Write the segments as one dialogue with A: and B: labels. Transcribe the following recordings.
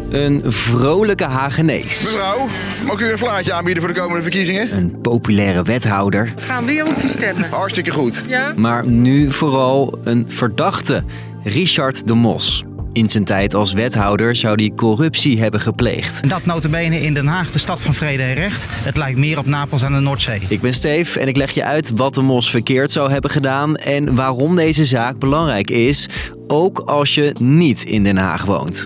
A: Een vrolijke Hagenees.
B: Mevrouw, mag ik u een vlaatje aanbieden voor de komende verkiezingen?
A: Een populaire wethouder.
C: Gaan weer op je stemmen.
B: Hartstikke goed.
C: Ja?
A: Maar nu vooral een verdachte. Richard de Mos. In zijn tijd als wethouder zou hij corruptie hebben gepleegd.
D: En dat nota bene in Den Haag, de stad van vrede en recht. Het lijkt meer op Napels aan de Noordzee.
A: Ik ben Steve en ik leg je uit wat de Mos verkeerd zou hebben gedaan en waarom deze zaak belangrijk is, ook als je niet in Den Haag woont.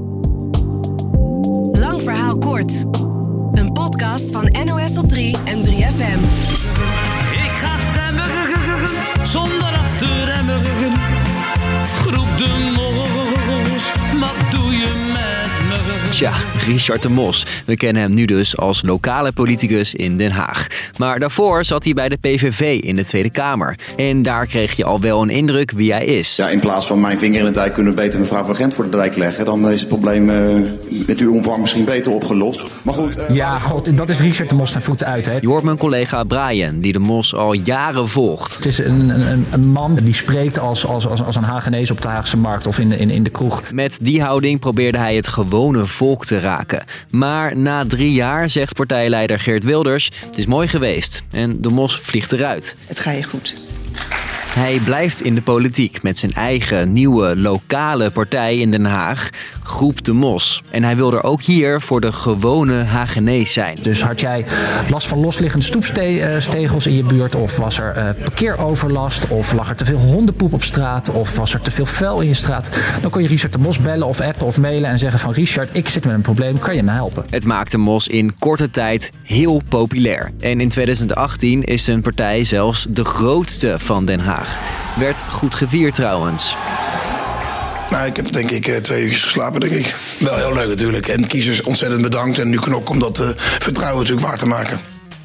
E: Lang verhaal kort. Een podcast van NOS op 3 en 3FM.
F: Ik ga stemmen zonder af te remmen. Groep de Mos, wat doe je met me?
A: Tja, Richard de Mos. We kennen hem nu dus als lokale politicus in Den Haag. Maar daarvoor zat hij bij de PVV in de Tweede Kamer. En daar kreeg je al wel een indruk wie hij is.
G: Ja, in plaats van mijn vinger in de dijk kunnen we beter mevrouw Van Gent voor de dijk leggen. Dan is het probleem met uw omvang misschien beter opgelost. Maar goed.
H: Ja, god, dat is Richard de Mos zijn voeten uit, hè.
A: Je hoort mijn collega Brian, die de Mos al jaren volgt.
H: Het is een man die spreekt als een Hagenees op de Haagse markt of in de kroeg.
A: Met die houding probeerde hij het gewone volk te raken. Maar na 3 jaar zegt partijleider Geert Wilders: het is mooi geweest. En de Mos vliegt eruit.
I: Het gaat je goed.
A: Hij blijft in de politiek met zijn eigen nieuwe lokale partij in Den Haag, Groep de Mos. En hij wil er ook hier voor de gewone Hagenees zijn.
H: Dus had jij last van losliggende stoepstegels in je buurt, of was er parkeeroverlast, of lag er te veel hondenpoep op straat, of was er te veel vuil in je straat, dan kon je Richard de Mos bellen of appen of mailen en zeggen van: Richard, ik zit met een probleem, kan je me helpen?
A: Het maakte Mos in korte tijd heel populair. En in 2018 is zijn partij zelfs de grootste van Den Haag. Werd goed gevierd trouwens.
B: Nou, ik heb denk ik 2 uurtjes geslapen, denk ik. Wel heel leuk natuurlijk. En kiezers ontzettend bedankt. En nu knok om dat vertrouwen natuurlijk waar te maken.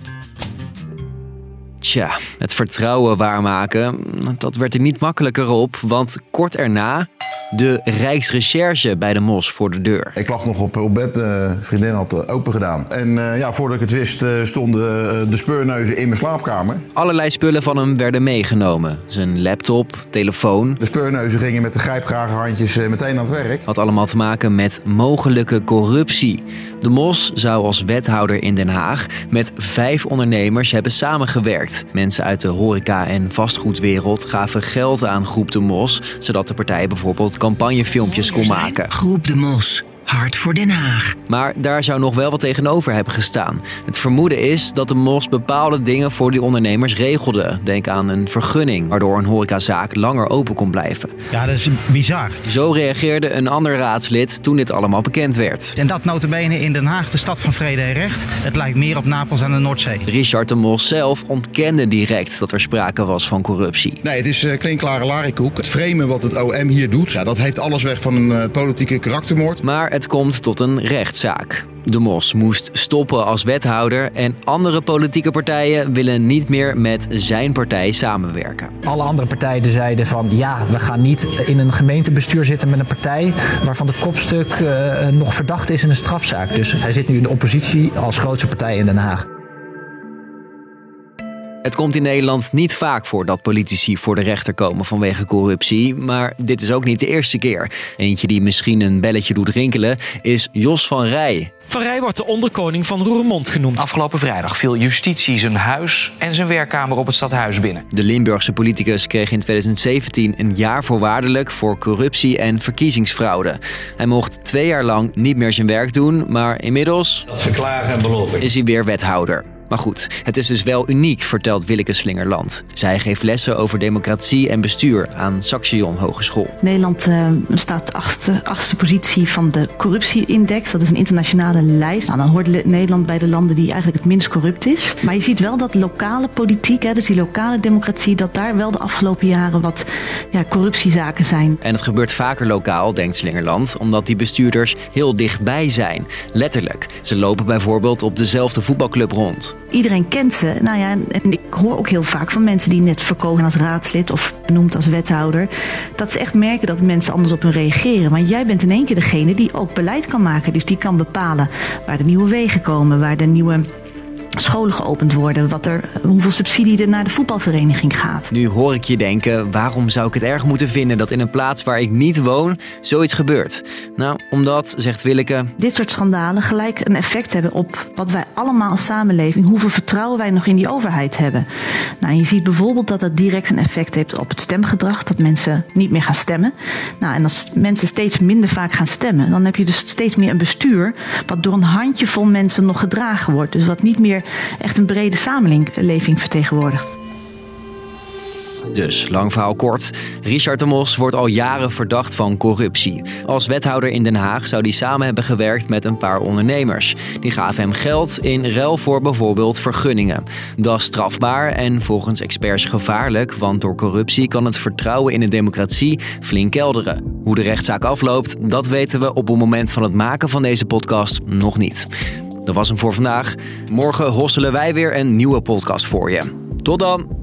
A: Tja, het vertrouwen waarmaken, dat werd er niet makkelijker op. Want kort erna de Rijksrecherche bij de Mos voor de deur.
G: Ik lag nog op bed, vriendin had open gedaan. En voordat ik het wist stonden de speurneuzen in mijn slaapkamer.
A: Allerlei spullen van hem werden meegenomen. Zijn laptop, telefoon.
G: De speurneuzen gingen met de grijpgrage handjes meteen aan het werk.
A: Had allemaal te maken met mogelijke corruptie. De Mos zou als wethouder in Den Haag met 5 ondernemers hebben samengewerkt. Mensen uit de horeca- en vastgoedwereld gaven geld aan Groep de Mos, zodat de partij bijvoorbeeld campagnefilmpjes kon maken.
F: Groep de Mos, hard voor Den Haag.
A: Maar daar zou nog wel wat tegenover hebben gestaan. Het vermoeden is dat de Mos bepaalde dingen voor die ondernemers regelde. Denk aan een vergunning, waardoor een horecazaak langer open kon blijven.
D: Ja, dat is bizar.
A: Zo reageerde een ander raadslid toen dit allemaal bekend werd.
D: En dat nota bene in Den Haag, de stad van vrede en recht. Het lijkt meer op Napels aan de Noordzee.
A: Richard de Mos zelf ontkende direct dat er sprake was van corruptie.
G: Nee, het is klinkklare larikoek. Het framen wat het OM hier doet, ja, dat heeft alles weg van een politieke karaktermoord.
A: Maar het komt tot een rechtszaak. De Mos moest stoppen als wethouder en andere politieke partijen willen niet meer met zijn partij samenwerken.
H: Alle andere partijen zeiden van: ja, we gaan niet in een gemeentebestuur zitten met een partij waarvan het kopstuk nog verdacht is in een strafzaak. Dus hij zit nu in de oppositie als grootste partij in Den Haag.
A: Het komt in Nederland niet vaak voor dat politici voor de rechter komen vanwege corruptie, maar dit is ook niet de eerste keer. Eentje die misschien een belletje doet rinkelen is Jos van Rij.
J: Van Rij wordt de onderkoning van Roermond genoemd.
K: Afgelopen vrijdag viel justitie zijn huis en zijn werkkamer op het stadhuis binnen.
A: De Limburgse politicus kreeg in 2017 een jaar voorwaardelijk voor corruptie en verkiezingsfraude. Hij mocht 2 jaar lang niet meer zijn werk doen, maar inmiddels
L: dat verklaren en beloven
A: is hij weer wethouder. Maar goed, het is dus wel uniek, vertelt Willeke Slingerland. Zij geeft lessen over democratie en bestuur aan Saxion Hogeschool.
I: Nederland staat 8e positie van de corruptieindex. Dat is een internationale lijst. Nou, dan hoort Nederland bij de landen die eigenlijk het minst corrupt is. Maar je ziet wel dat lokale politiek, dus die lokale democratie, dat daar wel de afgelopen jaren wat corruptiezaken zijn.
A: En het gebeurt vaker lokaal, denkt Slingerland, omdat die bestuurders heel dichtbij zijn. Letterlijk. Ze lopen bijvoorbeeld op dezelfde voetbalclub rond.
I: Iedereen kent ze. Nou ja, en ik hoor ook heel vaak van mensen die net verkozen als raadslid of benoemd als wethouder, dat ze echt merken dat mensen anders op hun reageren. Want jij bent in één keer degene die ook beleid kan maken. Dus die kan bepalen waar de nieuwe wegen komen, waar de nieuwe scholen geopend worden, hoeveel subsidie er naar de voetbalvereniging gaat.
A: Nu hoor ik je denken, waarom zou ik het erg moeten vinden dat in een plaats waar ik niet woon zoiets gebeurt? Nou, omdat, zegt Willeke,
I: dit soort schandalen gelijk een effect hebben op wat wij allemaal als samenleving, hoeveel vertrouwen wij nog in die overheid hebben. Nou, je ziet bijvoorbeeld dat dat direct een effect heeft op het stemgedrag, dat mensen niet meer gaan stemmen. Nou, en als mensen steeds minder vaak gaan stemmen, dan heb je dus steeds meer een bestuur wat door een handjevol mensen nog gedragen wordt. Dus wat niet meer echt een brede samenleving vertegenwoordigt.
A: Dus, lang verhaal kort, Richard de Mos wordt al jaren verdacht van corruptie. Als wethouder in Den Haag zou hij samen hebben gewerkt met een paar ondernemers. Die gaven hem geld in ruil voor bijvoorbeeld vergunningen. Dat is strafbaar en volgens experts gevaarlijk, want door corruptie kan het vertrouwen in de democratie flink kelderen. Hoe de rechtszaak afloopt, dat weten we op het moment van het maken van deze podcast nog niet. Dat was hem voor vandaag. Morgen hosselen wij weer een nieuwe podcast voor je. Tot dan!